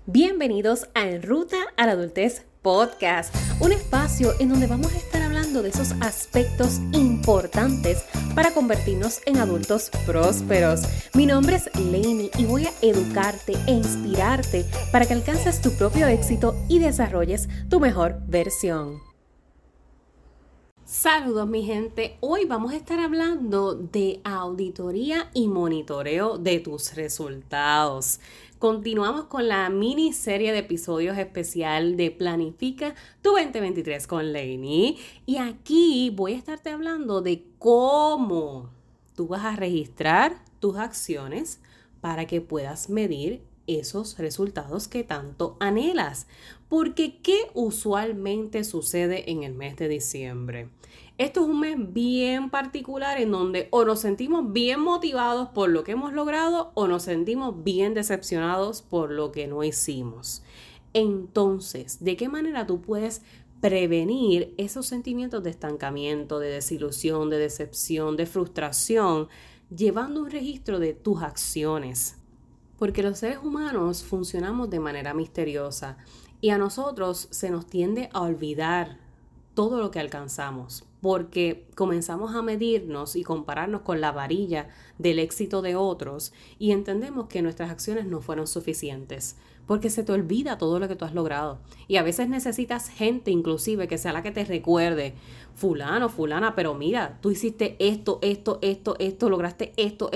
Bienvenidos a En Ruta a la Adultez Podcast, un espacio en donde vamos a estar hablando de esos aspectos importantes para convertirnos en adultos prósperos. Mi nombre es Lainey y voy a educarte e inspirarte para que alcances tu propio éxito y desarrolles tu mejor versión. Saludos mi gente, hoy vamos a estar hablando de auditoría y monitoreo de tus resultados. Continuamos con la miniserie de episodios especial de Planifica tu 2023 con Lainey y aquí voy a estarte hablando de cómo tú vas a registrar tus acciones para que puedas medir esos resultados que tanto anhelas. Porque ¿qué usualmente sucede en el mes de diciembre? Esto es un mes bien particular en donde o nos sentimos bien motivados por lo que hemos logrado o nos sentimos bien decepcionados por lo que no hicimos. Entonces, ¿de qué manera tú puedes prevenir esos sentimientos de estancamiento, de desilusión, de decepción, de frustración, llevando un registro de tus acciones? Porque los seres humanos funcionamos de manera misteriosa y a nosotros se nos tiende a olvidar todo lo que alcanzamos, porque comenzamos a medirnos y compararnos con la varilla del éxito de otros y entendemos que nuestras acciones no fueron suficientes, porque se te olvida todo lo que tú has logrado. Y a veces necesitas gente inclusive que sea la que te recuerde, fulano, fulana, pero mira, tú hiciste esto, lograste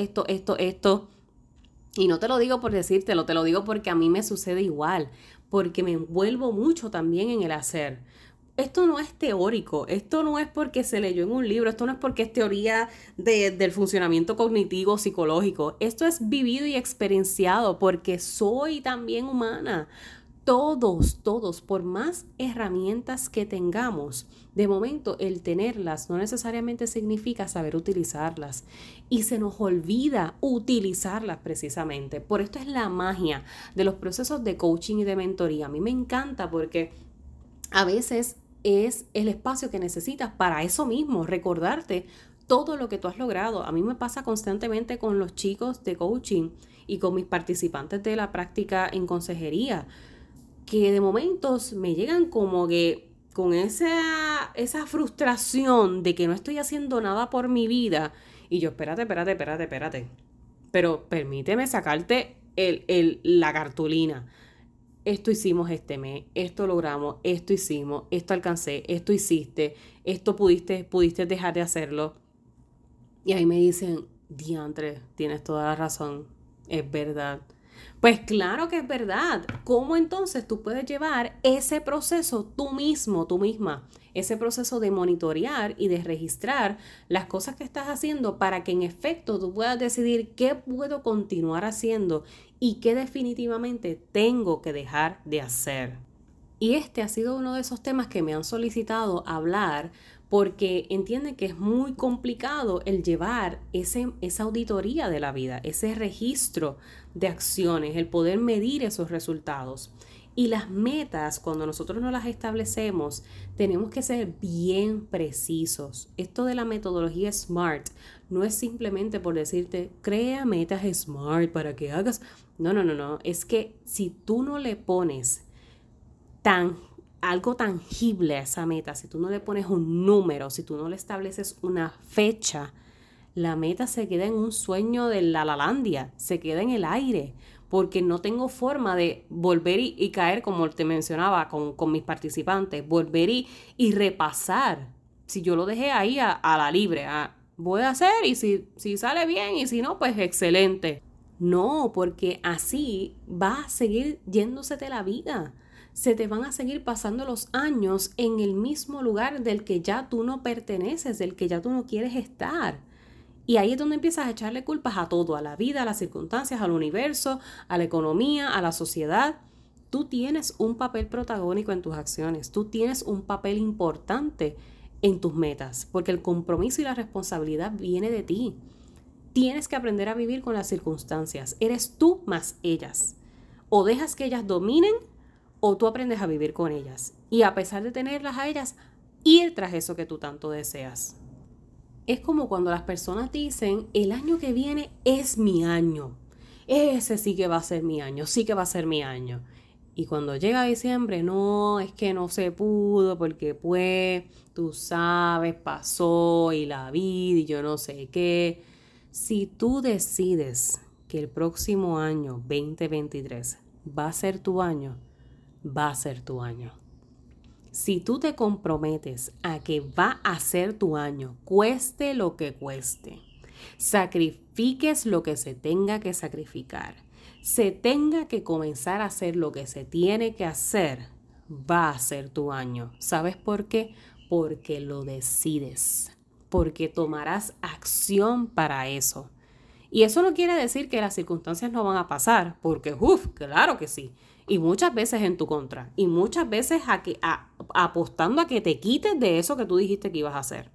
esto. Y no te lo digo por decírtelo, te lo digo porque a mí me sucede igual, porque me envuelvo mucho también en el hacer. Esto no es teórico, esto no es porque se leyó en un libro, esto no es porque es teoría del funcionamiento cognitivo psicológico, esto es vivido y experienciado porque soy también humana. Todos, por más herramientas que tengamos, de momento el tenerlas no necesariamente significa saber utilizarlas y se nos olvida utilizarlas precisamente. Por esto es la magia de los procesos de coaching y de mentoría. A mí me encanta porque a veces es el espacio que necesitas para eso mismo, recordarte todo lo que tú has logrado. A mí me pasa constantemente con los chicos de coaching y con mis participantes de la práctica en consejería, que de momentos me llegan como que con esa frustración de que no estoy haciendo nada por mi vida. Y yo, espérate. Pero permíteme sacarte la cartulina. Esto hicimos este mes, esto logramos, esto hicimos, esto alcancé, esto hiciste, esto pudiste dejar de hacerlo. Y ahí me dicen, diantre, tienes toda la razón, es verdad. Pues claro que es verdad. ¿Cómo entonces tú puedes llevar ese proceso tú mismo, tú misma? Ese proceso de monitorear y de registrar las cosas que estás haciendo para que en efecto tú puedas decidir qué puedo continuar haciendo y qué definitivamente tengo que dejar de hacer. Y este ha sido uno de esos temas que me han solicitado hablar porque entienden que es muy complicado el llevar esa auditoría de la vida, ese registro de acciones, el poder medir esos resultados. Y las metas, cuando nosotros no las establecemos, tenemos que ser bien precisos. Esto de la metodología SMART no es simplemente por decirte, crea metas SMART para que hagas. No. Es que si tú no le pones algo tangible a esa meta, si tú no le pones un número, si tú no le estableces una fecha, la meta se queda en un sueño de la lalandia, se queda en el aire, porque no tengo forma de volver y caer, como te mencionaba con mis participantes, volver y repasar. Si yo lo dejé ahí a la libre, voy a hacer y si sale bien y si no, pues excelente. No, porque así va a seguir yéndosete la vida. Se te van a seguir pasando los años en el mismo lugar del que ya tú no perteneces, del que ya tú no quieres estar. Y ahí es donde empiezas a echarle culpas a todo, a la vida, a las circunstancias, al universo, a la economía, a la sociedad. Tú tienes un papel protagónico en tus acciones, tú tienes un papel importante en tus metas, porque el compromiso y la responsabilidad viene de ti. Tienes que aprender a vivir con las circunstancias, eres tú más ellas. O dejas que ellas dominen o tú aprendes a vivir con ellas. Y a pesar de tenerlas a ellas, ir tras eso que tú tanto deseas. Es como cuando las personas dicen, el año que viene es mi año. Ese sí que va a ser mi año, sí que va a ser mi año. Y cuando llega diciembre, no, es que no se pudo porque pues, tú sabes, pasó y la vida y yo no sé qué. Si tú decides que el próximo año, 2023, va a ser tu año, va a ser tu año. Si tú te comprometes a que va a ser tu año, cueste lo que cueste, sacrifiques lo que se tenga que sacrificar, se tenga que comenzar a hacer lo que se tiene que hacer, va a ser tu año. ¿Sabes por qué? Porque lo decides, porque tomarás acción para eso. Y eso no quiere decir que las circunstancias no van a pasar, porque, claro que sí. Y muchas veces en tu contra. Y muchas veces apostando a que te quites de eso que tú dijiste que ibas a hacer.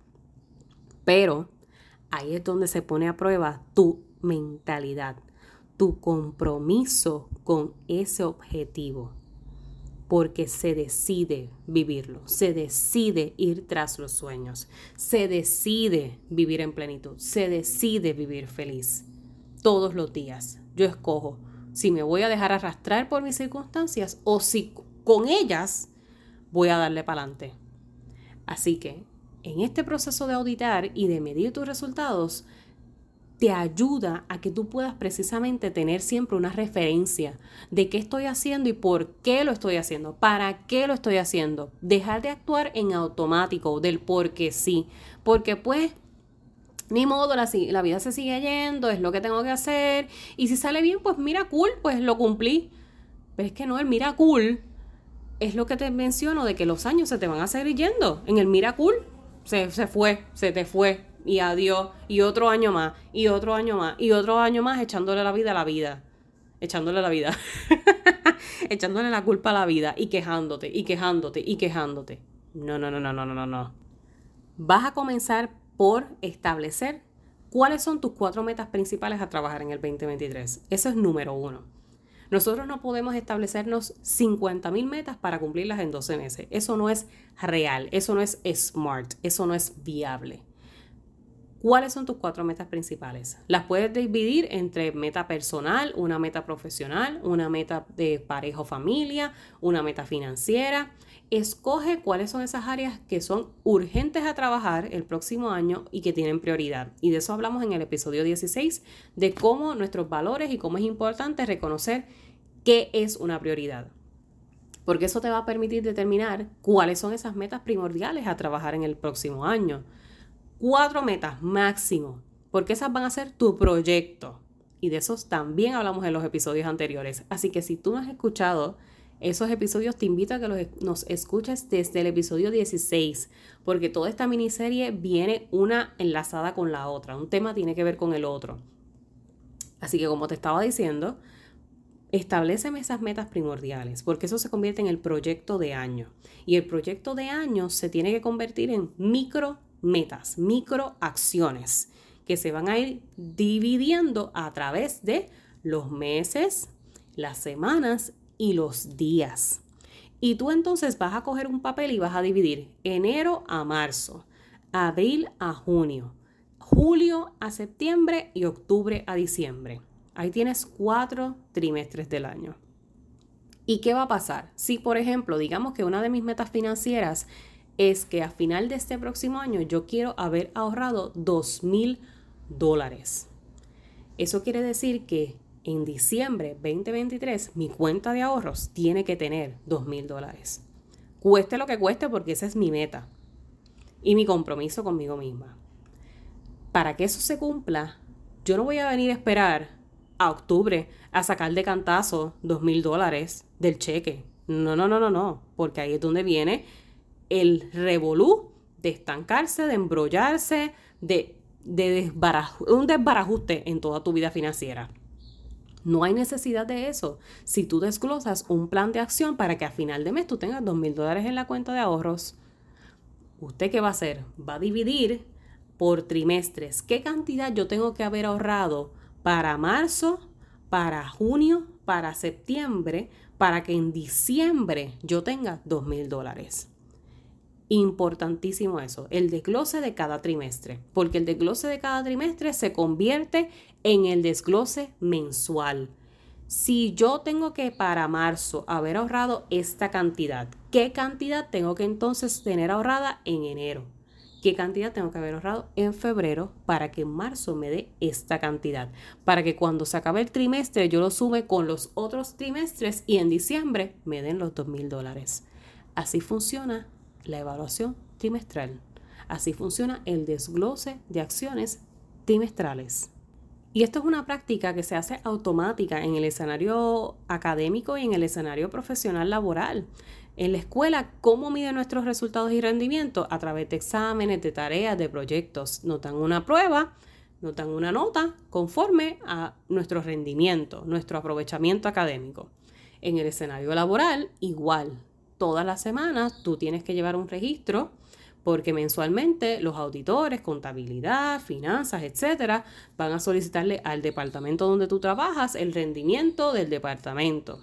Pero ahí es donde se pone a prueba tu mentalidad, tu compromiso con ese objetivo. Porque se decide vivirlo, se decide ir tras los sueños, se decide vivir en plenitud, se decide vivir feliz. Todos los días yo escojo si me voy a dejar arrastrar por mis circunstancias o si con ellas voy a darle para adelante. Así que en este proceso de auditar y de medir tus resultados, te ayuda a que tú puedas precisamente tener siempre una referencia de qué estoy haciendo y por qué lo estoy haciendo, para qué lo estoy haciendo. Dejar de actuar en automático del porque sí, porque pues ni modo, la vida se sigue yendo, es lo que tengo que hacer y si sale bien, pues mira, cool, pues lo cumplí. Pero es que no, el mira cool es lo que te menciono de que los años se te van a seguir yendo. En el mira cool se te fue. Y adiós, y otro año más, y otro año más, y otro año más echándole la vida a la vida. Echándole la vida. Echándole la culpa a la vida y quejándote, y quejándote, y quejándote. No. Vas a comenzar por establecer cuáles son tus 4 metas principales a trabajar en el 2023. Eso es número 1. Nosotros no podemos establecernos 50,000 metas para cumplirlas en 12 meses. Eso no es real, eso no es smart, eso no es viable. ¿Cuáles son tus 4 metas principales? Las puedes dividir entre meta personal, una meta profesional, una meta de pareja o familia, una meta financiera. Escoge cuáles son esas áreas que son urgentes a trabajar el próximo año y que tienen prioridad. Y de eso hablamos en el episodio 16, de cómo nuestros valores y cómo es importante reconocer qué es una prioridad. Porque eso te va a permitir determinar cuáles son esas metas primordiales a trabajar en el próximo año. 4 metas máximo, porque esas van a ser tu proyecto. Y de esos también hablamos en los episodios anteriores. Así que si tú no has escuchado esos episodios, te invito a que nos escuches desde el episodio 16, porque toda esta miniserie viene una enlazada con la otra. Un tema tiene que ver con el otro. Así que como te estaba diciendo, establéceme esas metas primordiales, porque eso se convierte en el proyecto de año. Y el proyecto de año se tiene que convertir en micrometas, microacciones, que se van a ir dividiendo a través de los meses, las semanas y los días. Y tú entonces vas a coger un papel y vas a dividir enero a marzo, abril a junio, julio a septiembre y octubre a diciembre. Ahí tienes 4 trimestres del año. ¿Y qué va a pasar? Si, por ejemplo, digamos que una de mis metas financieras es que a final de este próximo año yo quiero haber ahorrado $2,000. Eso quiere decir que en diciembre 2023 mi cuenta de ahorros tiene que tener $2,000. Cueste lo que cueste, porque esa es mi meta y mi compromiso conmigo misma. Para que eso se cumpla, yo no voy a venir a esperar a octubre a sacar de cantazo $2,000 del cheque. No, porque ahí es donde viene el revolú de estancarse, de embrollarse, un desbarajuste en toda tu vida financiera. No hay necesidad de eso. Si tú desglosas un plan de acción para que a final de mes tú tengas $2,000 en la cuenta de ahorros, ¿usted qué va a hacer? Va a dividir por trimestres. ¿Qué cantidad yo tengo que haber ahorrado para marzo, para junio, para septiembre, para que en diciembre yo tenga $2,000? Importantísimo eso, el desglose de cada trimestre, porque el desglose de cada trimestre se convierte en el desglose mensual. Si yo tengo que para marzo haber ahorrado esta cantidad, ¿qué cantidad tengo que entonces tener ahorrada en enero? ¿Qué cantidad tengo que haber ahorrado en febrero para que en marzo me dé esta cantidad? Para que cuando se acabe el trimestre yo lo sume con los otros trimestres y en diciembre me den los $2,000. Así funciona la evaluación trimestral. Así funciona el desglose de acciones trimestrales. Y esto es una práctica que se hace automática en el escenario académico y en el escenario profesional laboral. En la escuela, ¿cómo miden nuestros resultados y rendimientos? A través de exámenes, de tareas, de proyectos. Nos dan una prueba, nos dan una nota conforme a nuestro rendimiento, nuestro aprovechamiento académico. En el escenario laboral, igual. Todas las semanas tú tienes que llevar un registro porque mensualmente los auditores, contabilidad, finanzas, etcétera, van a solicitarle al departamento donde tú trabajas el rendimiento del departamento.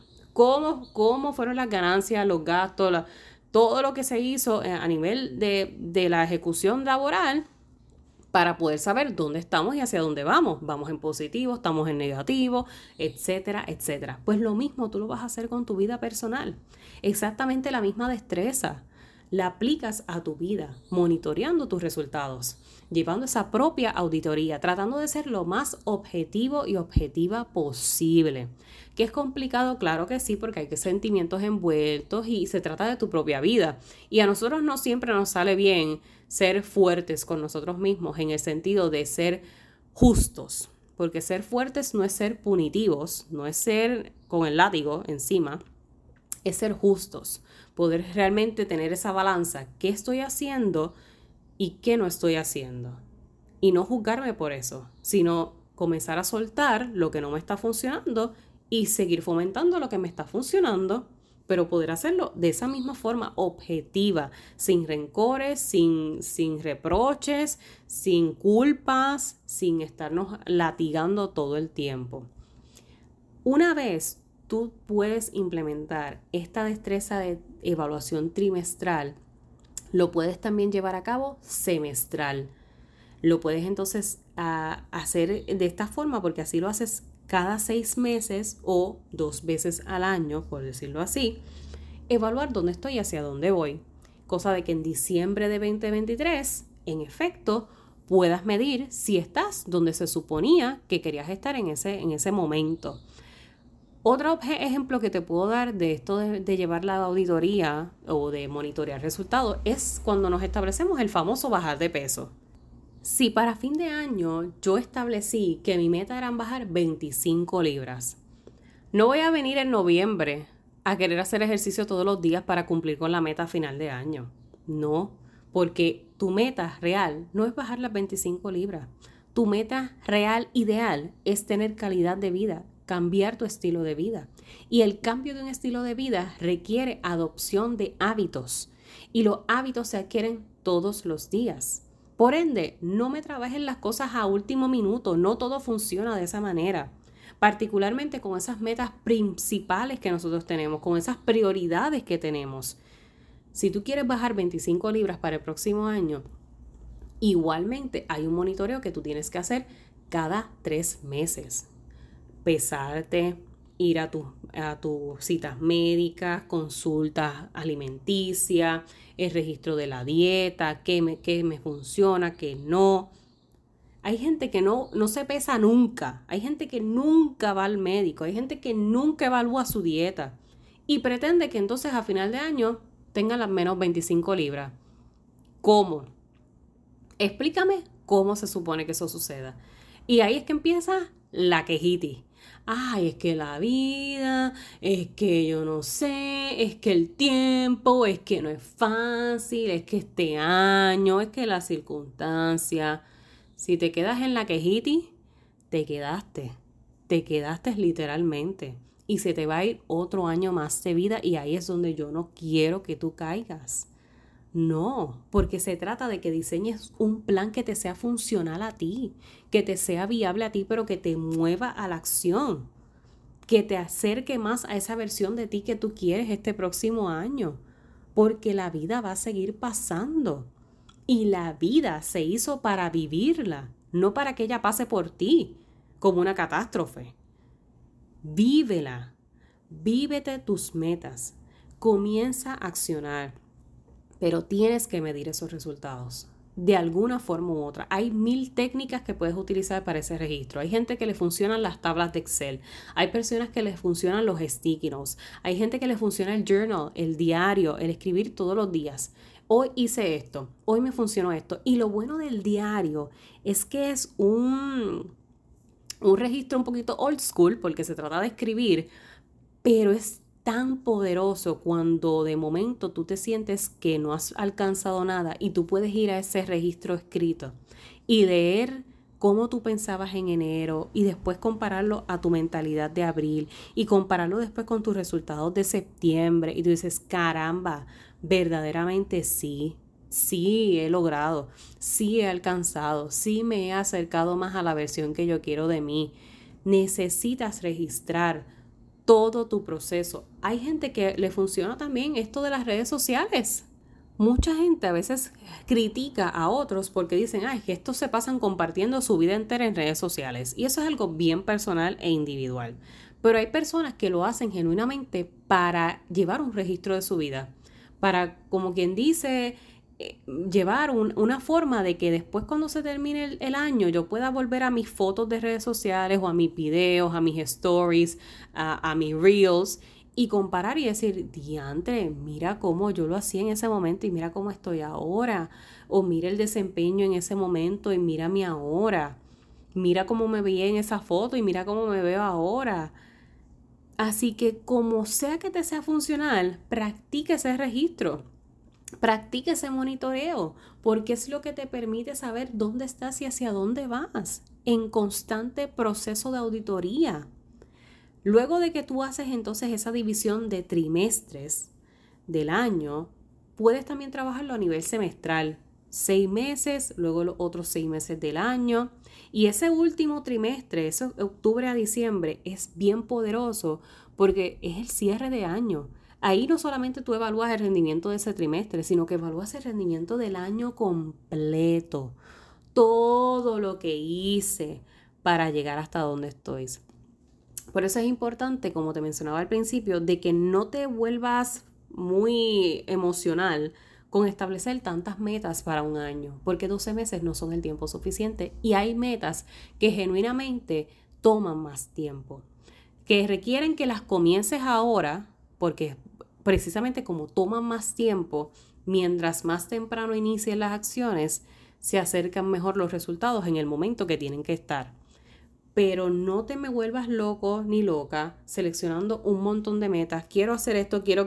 ¿Cómo fueron las ganancias, los gastos, todo lo que se hizo a nivel de la ejecución laboral para poder saber dónde estamos y hacia dónde vamos? Vamos en positivo, estamos en negativo, etcétera, etcétera. Pues lo mismo tú lo vas a hacer con tu vida personal. Exactamente la misma destreza. La aplicas a tu vida, monitoreando tus resultados, llevando esa propia auditoría, tratando de ser lo más objetivo y objetiva posible. ¿Que es complicado? Claro que sí, porque hay que sentimientos envueltos y se trata de tu propia vida. Y a nosotros no siempre nos sale bien ser fuertes con nosotros mismos en el sentido de ser justos, porque ser fuertes no es ser punitivos, no es ser con el látigo encima, es ser justos, poder realmente tener esa balanza, qué estoy haciendo y qué no estoy haciendo. Y no juzgarme por eso, sino comenzar a soltar lo que no me está funcionando y seguir fomentando lo que me está funcionando, pero poder hacerlo de esa misma forma objetiva, sin rencores, sin reproches, sin culpas, sin estarnos latigando todo el tiempo. Una vez tú puedes implementar esta destreza de evaluación trimestral, lo puedes también llevar a cabo semestral. Lo puedes entonces hacer de esta forma porque así lo haces cada 6 meses o 2 veces al año, por decirlo así. Evaluar dónde estoy y hacia dónde voy. Cosa de que en diciembre de 2023, en efecto, puedas medir si estás donde se suponía que querías estar en ese momento. Otro ejemplo que te puedo dar de esto de llevar la auditoría o de monitorear resultados es cuando nos establecemos el famoso bajar de peso. Si para fin de año yo establecí que mi meta era bajar 25 libras, no voy a venir en noviembre a querer hacer ejercicio todos los días para cumplir con la meta a final de año. No, porque tu meta real no es bajar las 25 libras. Tu meta real ideal es tener calidad de vida, cambiar tu estilo de vida. Y el cambio de un estilo de vida requiere adopción de hábitos. Y los hábitos se adquieren todos los días. Por ende, no me trabajen las cosas a último minuto. No todo funciona de esa manera. Particularmente con esas metas principales que nosotros tenemos, con esas prioridades que tenemos. Si tú quieres bajar 25 libras para el próximo año, igualmente hay un monitoreo que tú tienes que hacer cada 3 meses. Pesarte, ir a tus citas médicas, consultas alimenticias, el registro de la dieta, qué me funciona, qué no. Hay gente que no se pesa nunca, hay gente que nunca va al médico, hay gente que nunca evalúa su dieta y pretende que entonces a final de año tenga las menos 25 libras. ¿Cómo? Explícame cómo se supone que eso suceda. Y ahí es que empieza la quejitis. Ay, es que la vida, es que yo no sé, es que el tiempo, es que no es fácil, es que este año, es que la circunstancia. Si te quedas en la quejitis, te quedaste literalmente. Y se te va a ir otro año más de vida y ahí es donde yo no quiero que tú caigas. No, porque se trata de que diseñes un plan que te sea funcional a ti, que te sea viable a ti, pero que te mueva a la acción, que te acerque más a esa versión de ti que tú quieres este próximo año, porque la vida va a seguir pasando y la vida se hizo para vivirla, no para que ella pase por ti como una catástrofe. Vívela, vívete tus metas, comienza a accionar, pero tienes que medir esos resultados de alguna forma u otra. Hay 1000 técnicas que puedes utilizar para ese registro. Hay gente que le funcionan las tablas de Excel, hay personas que les funcionan los sticky notes, hay gente que le funciona el journal, el diario, el escribir todos los días. Hoy hice esto, hoy me funcionó esto. Y lo bueno del diario es que es un registro un poquito old school porque se trata de escribir, pero es tan poderoso cuando de momento tú te sientes que no has alcanzado nada y tú puedes ir a ese registro escrito y leer cómo tú pensabas en enero y después compararlo a tu mentalidad de abril y compararlo después con tus resultados de septiembre y tú dices, caramba, verdaderamente sí he logrado, sí he alcanzado, sí me he acercado más a la versión que yo quiero de mí. Necesitas registrar todo tu proceso. Hay gente que le funciona también esto de las redes sociales. Mucha gente a veces critica a otros porque dicen, ay, que estos se pasan compartiendo su vida entera en redes sociales. Y eso es algo bien personal e individual. Pero hay personas que lo hacen genuinamente para llevar un registro de su vida. Para, como quien dice, llevar una forma de que después cuando se termine el año yo pueda volver a mis fotos de redes sociales o a mis videos, a mis stories, a mis reels y comparar y decir, diantre, mira cómo yo lo hacía en ese momento y mira cómo estoy ahora, o mira el desempeño en ese momento y mira mi ahora, mira cómo me veía en esa foto y mira cómo me veo ahora. Así que como sea que te sea funcional, practica ese registro. Practica ese monitoreo, porque es lo que te permite saber dónde estás y hacia dónde vas, en constante proceso de auditoría. Luego de que tú haces entonces esa división de trimestres del año, puedes también trabajarlo a nivel semestral. 6 meses, luego los otros 6 meses del año. Y ese último trimestre, ese octubre a diciembre, es bien poderoso porque es el cierre de año. Ahí no solamente tú evalúas el rendimiento de ese trimestre, sino que evalúas el rendimiento del año completo. Todo lo que hice para llegar hasta donde estoy. Por eso es importante, como te mencionaba al principio, de que no te vuelvas muy emocional con establecer tantas metas para un año, porque 12 meses no son el tiempo suficiente y hay metas que genuinamente toman más tiempo, que requieren que las comiences ahora, porque precisamente como toman más tiempo, mientras más temprano inicien las acciones, se acercan mejor los resultados en el momento que tienen que estar. Pero no te me vuelvas loco ni loca seleccionando un montón de metas. Quiero hacer esto, quiero.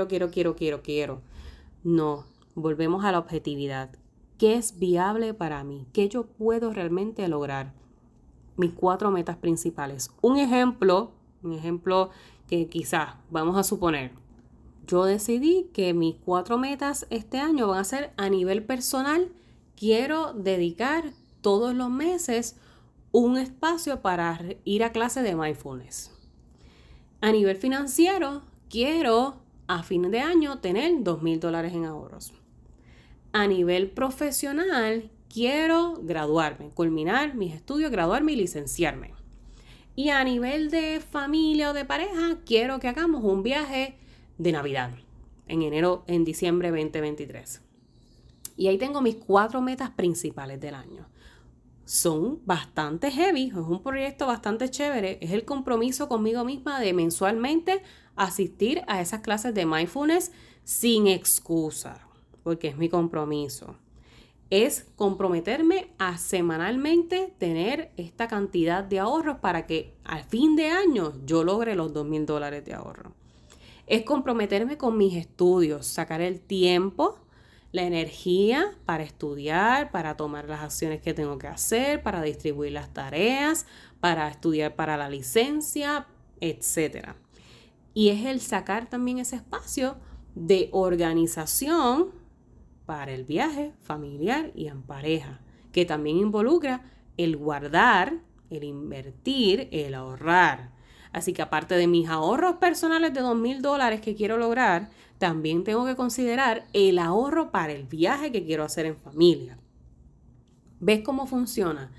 No, volvemos a la objetividad. ¿Qué es viable para mí? ¿Qué yo puedo realmente lograr? Mis 4 metas principales. Un ejemplo que quizás vamos a suponer. Yo decidí que mis 4 metas este año van a ser a nivel personal. Quiero dedicar todos los meses un espacio para ir a clase de mindfulness. A nivel financiero, quiero a fin de año tener $2,000 en ahorros. A nivel profesional, quiero graduarme, culminar mis estudios, graduarme y licenciarme. Y a nivel de familia o de pareja, quiero que hagamos un viaje de Navidad en diciembre 2023. Y ahí tengo mis 4 metas principales del año. Son bastante heavy, es un proyecto bastante chévere, es el compromiso conmigo misma de mensualmente asistir a esas clases de mindfulness sin excusa, porque es mi compromiso. Es comprometerme a semanalmente tener esta cantidad de ahorros para que al fin de año yo logre los $2,000 de ahorro. Es comprometerme con mis estudios, sacar el tiempo, la energía para estudiar, para tomar las acciones que tengo que hacer, para distribuir las tareas, para estudiar para la licencia, etc. Y es el sacar también ese espacio de organización para el viaje familiar y en pareja, que también involucra el guardar, el invertir, el ahorrar. Así que aparte de mis ahorros personales de $2,000 que quiero lograr, también tengo que considerar el ahorro para el viaje que quiero hacer en familia. ¿Ves cómo funciona?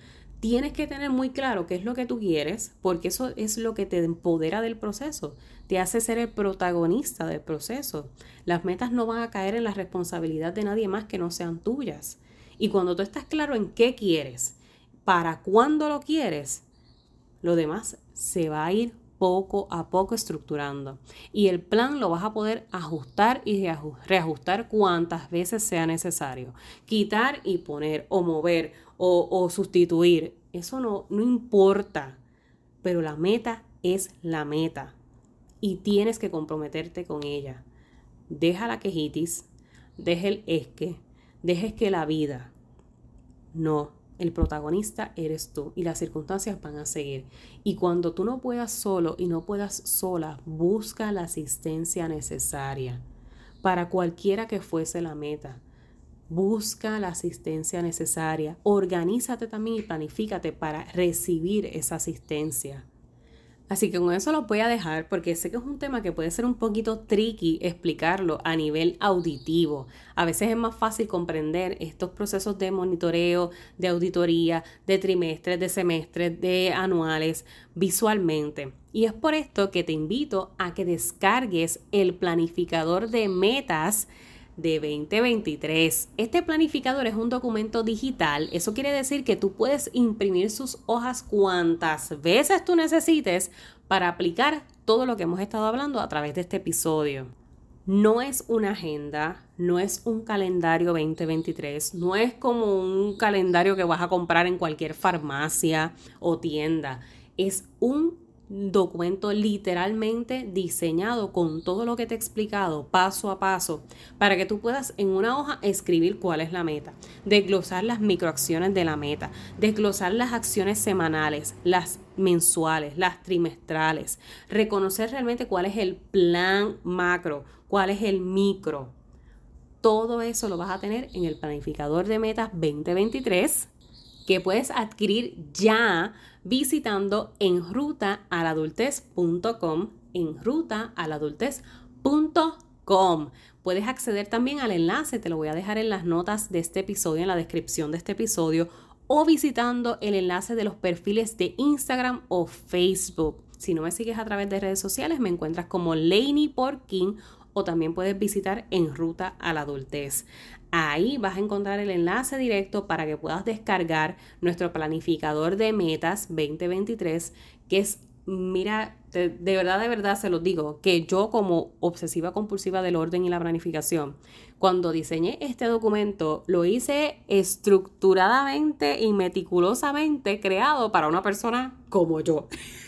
Tienes que tener muy claro qué es lo que tú quieres, porque eso es lo que te empodera del proceso, te hace ser el protagonista del proceso. Las metas no van a caer en la responsabilidad de nadie más que no sean tuyas. Y cuando tú estás claro en qué quieres, para cuándo lo quieres, lo demás se va a ir poco a poco estructurando. Y el plan lo vas a poder ajustar y reajustar cuantas veces sea necesario. Quitar y poner o mover o sustituir. Eso no importa. Pero la meta es la meta. Y tienes que comprometerte con ella. Deja la quejitis. Deja el dejes que la vida. No. El protagonista eres tú y las circunstancias van a seguir. Y cuando tú no puedas solo y no puedas sola, busca la asistencia necesaria para cualquiera que fuese la meta. Busca la asistencia necesaria. Organízate también y planifícate para recibir esa asistencia. Así que con eso los voy a dejar porque sé que es un tema que puede ser un poquito tricky explicarlo a nivel auditivo. A veces es más fácil comprender estos procesos de monitoreo, de auditoría, de trimestres, de semestres, de anuales visualmente. Y es por esto que te invito a que descargues el planificador de metas de 2023. Este planificador es un documento digital. Eso quiere decir que tú puedes imprimir sus hojas cuantas veces tú necesites para aplicar todo lo que hemos estado hablando a través de este episodio. No es una agenda, no es un calendario 2023, no es como un calendario que vas a comprar en cualquier farmacia o tienda. Es un documento literalmente diseñado con todo lo que te he explicado paso a paso para que tú puedas en una hoja escribir cuál es la meta, desglosar las microacciones de la meta, desglosar las acciones semanales, las mensuales, las trimestrales, reconocer realmente cuál es el plan macro, cuál es el micro. Todo eso lo vas a tener en el planificador de metas 2023 que puedes adquirir ya visitando enrutaaladultez.com, enrutaaladultez.com. Puedes acceder también al enlace, te lo voy a dejar en las notas de este episodio, en la descripción de este episodio, o visitando el enlace de los perfiles de Instagram o Facebook. Si no me sigues a través de redes sociales, me encuentras como Lainey Porkin o también puedes visitar En Ruta a la Adultez. Ahí vas a encontrar el enlace directo para que puedas descargar nuestro planificador de metas 2023, que es, mira, de verdad se los digo, que yo como obsesiva compulsiva del orden y la planificación, cuando diseñé este documento, lo hice estructuradamente y meticulosamente creado para una persona como yo.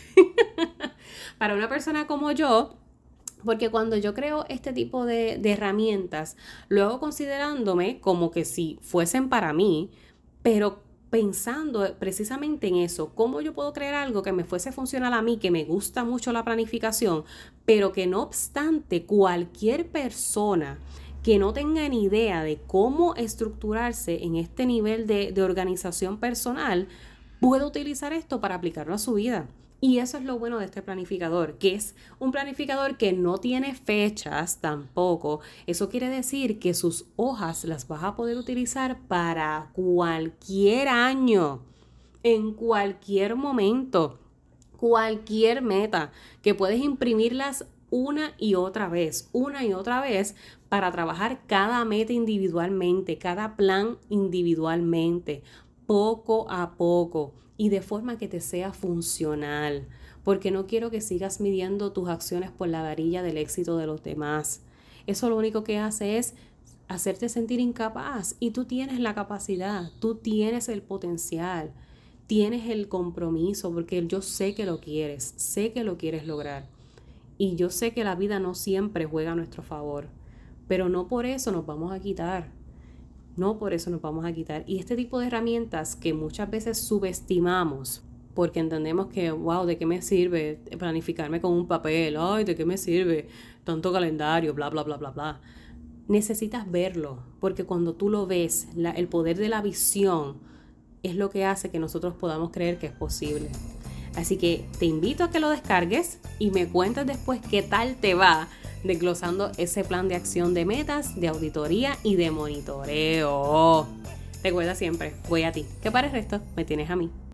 Para una persona como yo, porque cuando yo creo este tipo de herramientas, lo hago considerándome como que si fuesen para mí, pero pensando precisamente en eso, cómo yo puedo crear algo que me fuese funcional a mí, que me gusta mucho la planificación, pero que no obstante cualquier persona que no tenga ni idea de cómo estructurarse en este nivel de organización personal, puede utilizar esto para aplicarlo a su vida. Y eso es lo bueno de este planificador, que es un planificador que no tiene fechas tampoco. Eso quiere decir que sus hojas las vas a poder utilizar para cualquier año, en cualquier momento, cualquier meta, que puedes imprimirlas una y otra vez para trabajar cada meta individualmente, cada plan individualmente, poco a poco y de forma que te sea funcional, porque no quiero que sigas midiendo tus acciones por la varilla del éxito de los demás. Eso lo único que hace es hacerte sentir incapaz y tú tienes la capacidad, tú tienes el potencial, tienes el compromiso, porque yo sé que lo quieres lograr y yo sé que la vida no siempre juega a nuestro favor, pero no por eso nos vamos a quitar. No por eso nos vamos a quitar. Y este tipo de herramientas que muchas veces subestimamos porque entendemos que, wow, ¿de qué me sirve planificarme con un papel? Ay, ¿de qué me sirve tanto calendario? Bla, bla, bla, bla, bla. Necesitas verlo, porque cuando tú lo ves, el poder de la visión es lo que hace que nosotros podamos creer que es posible. Así que te invito a que lo descargues y me cuentes después qué tal te va desglosando ese plan de acción de metas, de auditoría y de monitoreo. Recuerda siempre, voy a ti, que para el resto me tienes a mí.